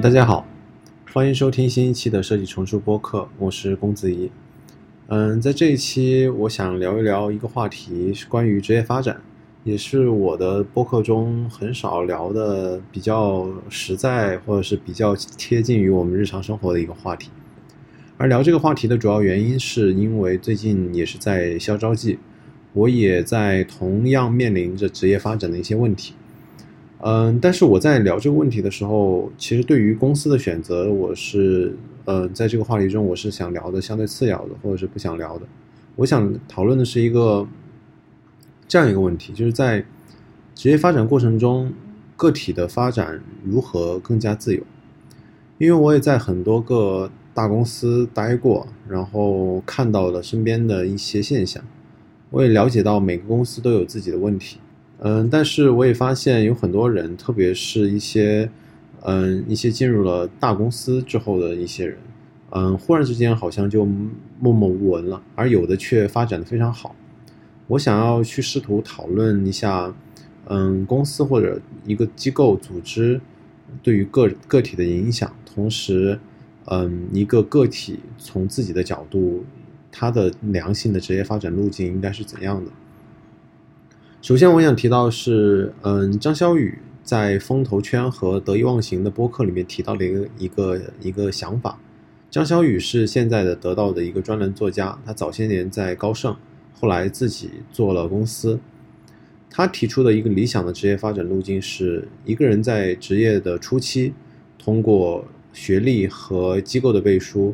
大家好，欢迎收听新一期的设计重塑播客，我是龚子怡。在这一期我想聊一聊一个话题，是关于职业发展，也是我的播客中很少聊的比较实在或者是比较贴近于我们日常生活的一个话题。而聊这个话题的主要原因是因为最近也是在校招季，我也在同样面临着职业发展的一些问题。但是我在聊这个问题的时候，其实对于公司的选择，我是在这个话题中我是想聊的相对次要的，或者是不想聊的。我想讨论的是一个这样一个问题，就是在职业发展过程中，个体的发展如何更加自由。因为我也在很多个大公司待过，然后看到了身边的一些现象，我也了解到每个公司都有自己的问题。但是我也发现有很多人，特别是一些进入了大公司之后的一些人，忽然之间好像就默默无闻了，而有的却发展得非常好。我想要去试图讨论一下，公司或者一个机构组织对于个体的影响，同时，一个个体从自己的角度，他的良性的职业发展路径应该是怎样的。首先我想提到的是，张小雨在风投圈和得意忘形的播客里面提到的一个想法。张小雨是现在的得到的一个专栏作家，他早些年在高盛，后来自己做了公司。他提出的一个理想的职业发展路径是，一个人在职业的初期，通过学历和机构的背书，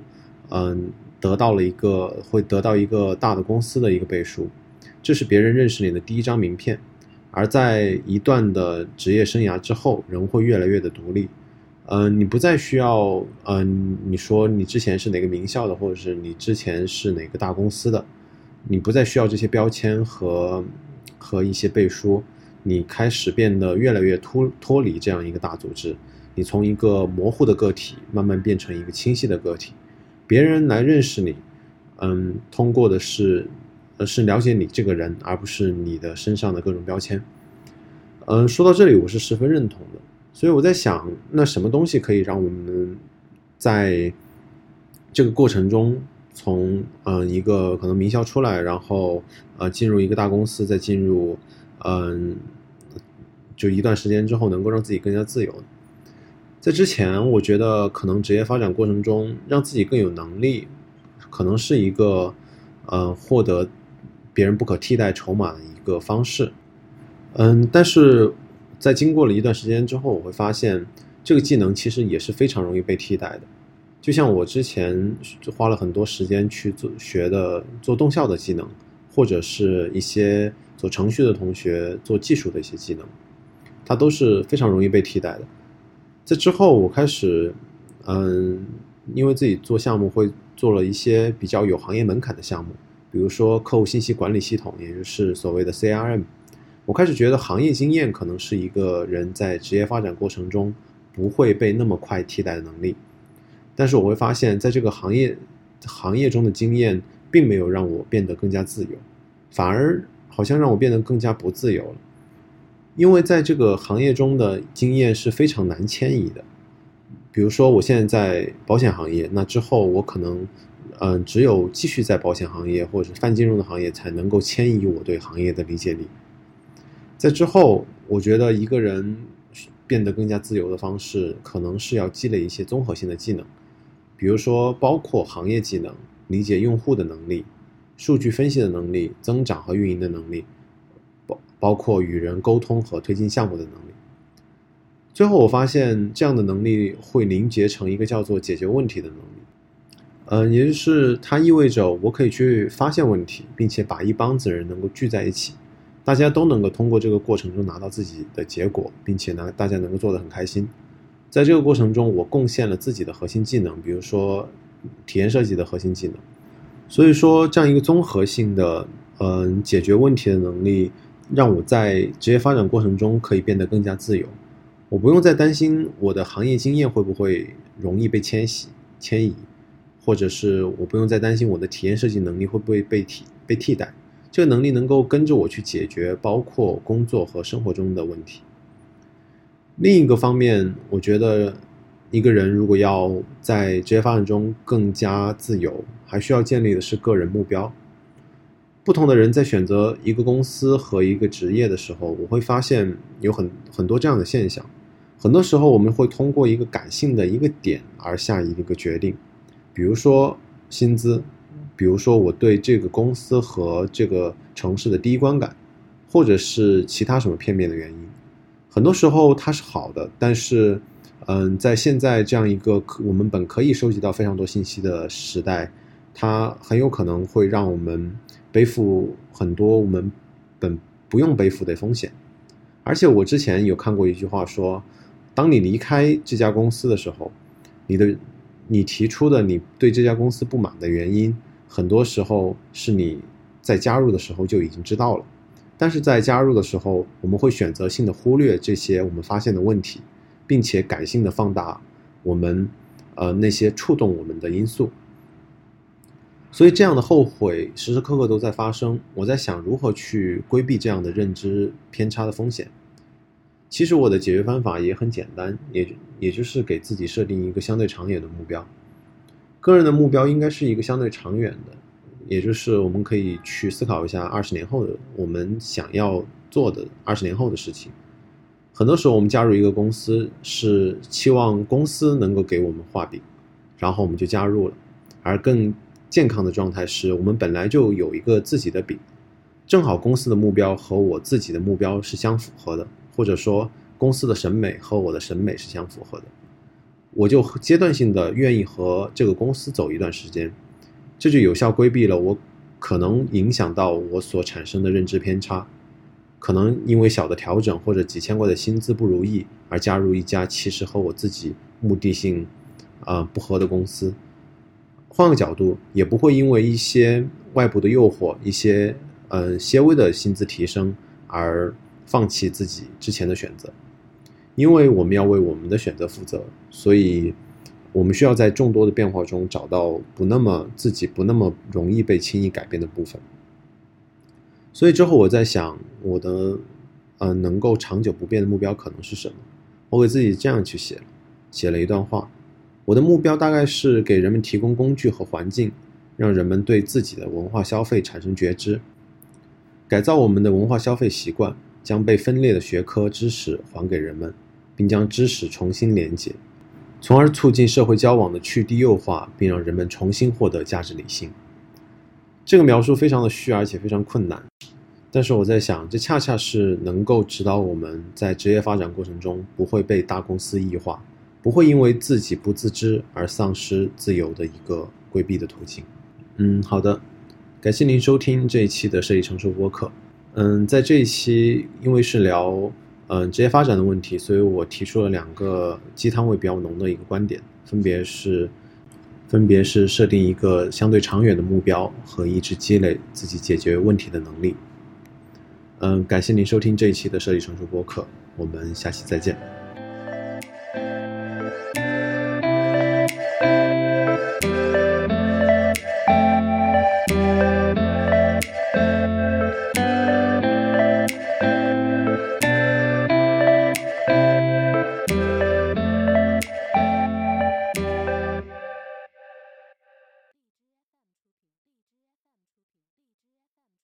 会得到一个大的公司的一个背书。这是别人认识你的第一张名片，而在一段的职业生涯之后，人会越来越的独立。你不再需要，你说你之前是哪个名校的，或者是你之前是哪个大公司的，你不再需要这些标签和一些背书，你开始变得越来越脱离这样一个大组织，你从一个模糊的个体慢慢变成一个清晰的个体，别人来认识你，通过的是了解你这个人，而不是你的身上的各种标签。说到这里我是十分认同的，所以我在想，那什么东西可以让我们在这个过程中，从一个可能名校出来，然后进入一个大公司，再进入就一段时间之后，能够让自己更加自由。在之前，我觉得可能职业发展过程中，让自己更有能力，可能是一个获得别人不可替代筹码的一个方式。但是在经过了一段时间之后，我会发现这个技能其实也是非常容易被替代的。就像我之前花了很多时间去学的做动效的技能，或者是一些做程序的同学做技术的一些技能，它都是非常容易被替代的。在之后我开始因为自己做项目会做了一些比较有行业门槛的项目，比如说客户信息管理系统，也就是所谓的 CRM。 我开始觉得行业经验可能是一个人在职业发展过程中不会被那么快替代的能力，但是我会发现在这个行业中的经验并没有让我变得更加自由，反而好像让我变得更加不自由了。因为在这个行业中的经验是非常难迁移的。比如说我现在在保险行业，那之后我可能只有继续在保险行业或者泛金融的行业才能够迁移我对行业的理解力。在之后我觉得一个人变得更加自由的方式可能是要积累一些综合性的技能，比如说包括行业技能、理解用户的能力、数据分析的能力、增长和运营的能力，包括与人沟通和推进项目的能力。最后我发现这样的能力会凝结成一个叫做解决问题的能力。也就是它意味着我可以去发现问题，并且把一帮子人能够聚在一起，大家都能够通过这个过程中拿到自己的结果，并且呢，大家能够做得很开心。在这个过程中，我贡献了自己的核心技能，比如说体验设计的核心技能。所以说，这样一个综合性的解决问题的能力，让我在职业发展过程中可以变得更加自由。我不用再担心我的行业经验会不会容易被迁移，或者是我不用再担心我的体验设计能力会不会被替代。这个能力能够跟着我去解决包括工作和生活中的问题。另一个方面，我觉得一个人如果要在职业发展中更加自由，还需要建立的是个人目标。不同的人在选择一个公司和一个职业的时候，我会发现有很多这样的现象。很多时候我们会通过一个感性的一个点而下一个决定，比如说薪资，比如说我对这个公司和这个城市的第一观感，或者是其他什么片面的原因。很多时候它是好的，但是在现在这样一个我们本可以收集到非常多信息的时代，它很有可能会让我们背负很多我们本不用背负的风险。而且我之前有看过一句话说，当你离开这家公司的时候，你提出的你对这家公司不满的原因，很多时候是你在加入的时候就已经知道了，但是在加入的时候，我们会选择性的忽略这些我们发现的问题，并且感性的放大我们那些触动我们的因素。所以这样的后悔时时刻刻都在发生。我在想如何去规避这样的认知偏差的风险。其实我的解决方法也很简单，也就是给自己设定一个相对长远的目标。个人的目标应该是一个相对长远的，也就是我们可以去思考一下20年后的我们想要做的20年后的事情。很多时候我们加入一个公司是期望公司能够给我们画饼，然后我们就加入了。而更健康的状态是我们本来就有一个自己的饼，正好公司的目标和我自己的目标是相符合的，或者说公司的审美和我的审美是相符合的，我就阶段性的愿意和这个公司走一段时间，这就有效规避了我可能影响到我所产生的认知偏差，可能因为小的调整或者几千块的薪资不如意而加入一家其实和我自己目的性不合的公司。换个角度，也不会因为一些外部的诱惑，一些些微的薪资提升而放弃自己之前的选择。因为我们要为我们的选择负责，所以我们需要在众多的变化中找到自己不那么容易被轻易改变的部分。所以之后我在想，我的能够长久不变的目标可能是什么？我给自己这样去写了一段话。我的目标大概是给人们提供工具和环境，让人们对自己的文化消费产生觉知，改造我们的文化消费习惯，将被分裂的学科知识还给人们，并将知识重新连结，从而促进社会交往的去低幼化，并让人们重新获得价值理性。这个描述非常的虚，而且非常困难，但是我在想，这恰恰是能够指导我们在职业发展过程中不会被大公司异化，不会因为自己不自知而丧失自由的一个规避的途径。好的，感谢您收听这一期的设计成熟播客。在这一期因为是聊职业发展的问题，所以我提出了2个鸡汤味比较浓的一个观点，分别是设定一个相对长远的目标和一直积累自己解决问题的能力。感谢您收听这一期的设计成熟播客，我们下期再见。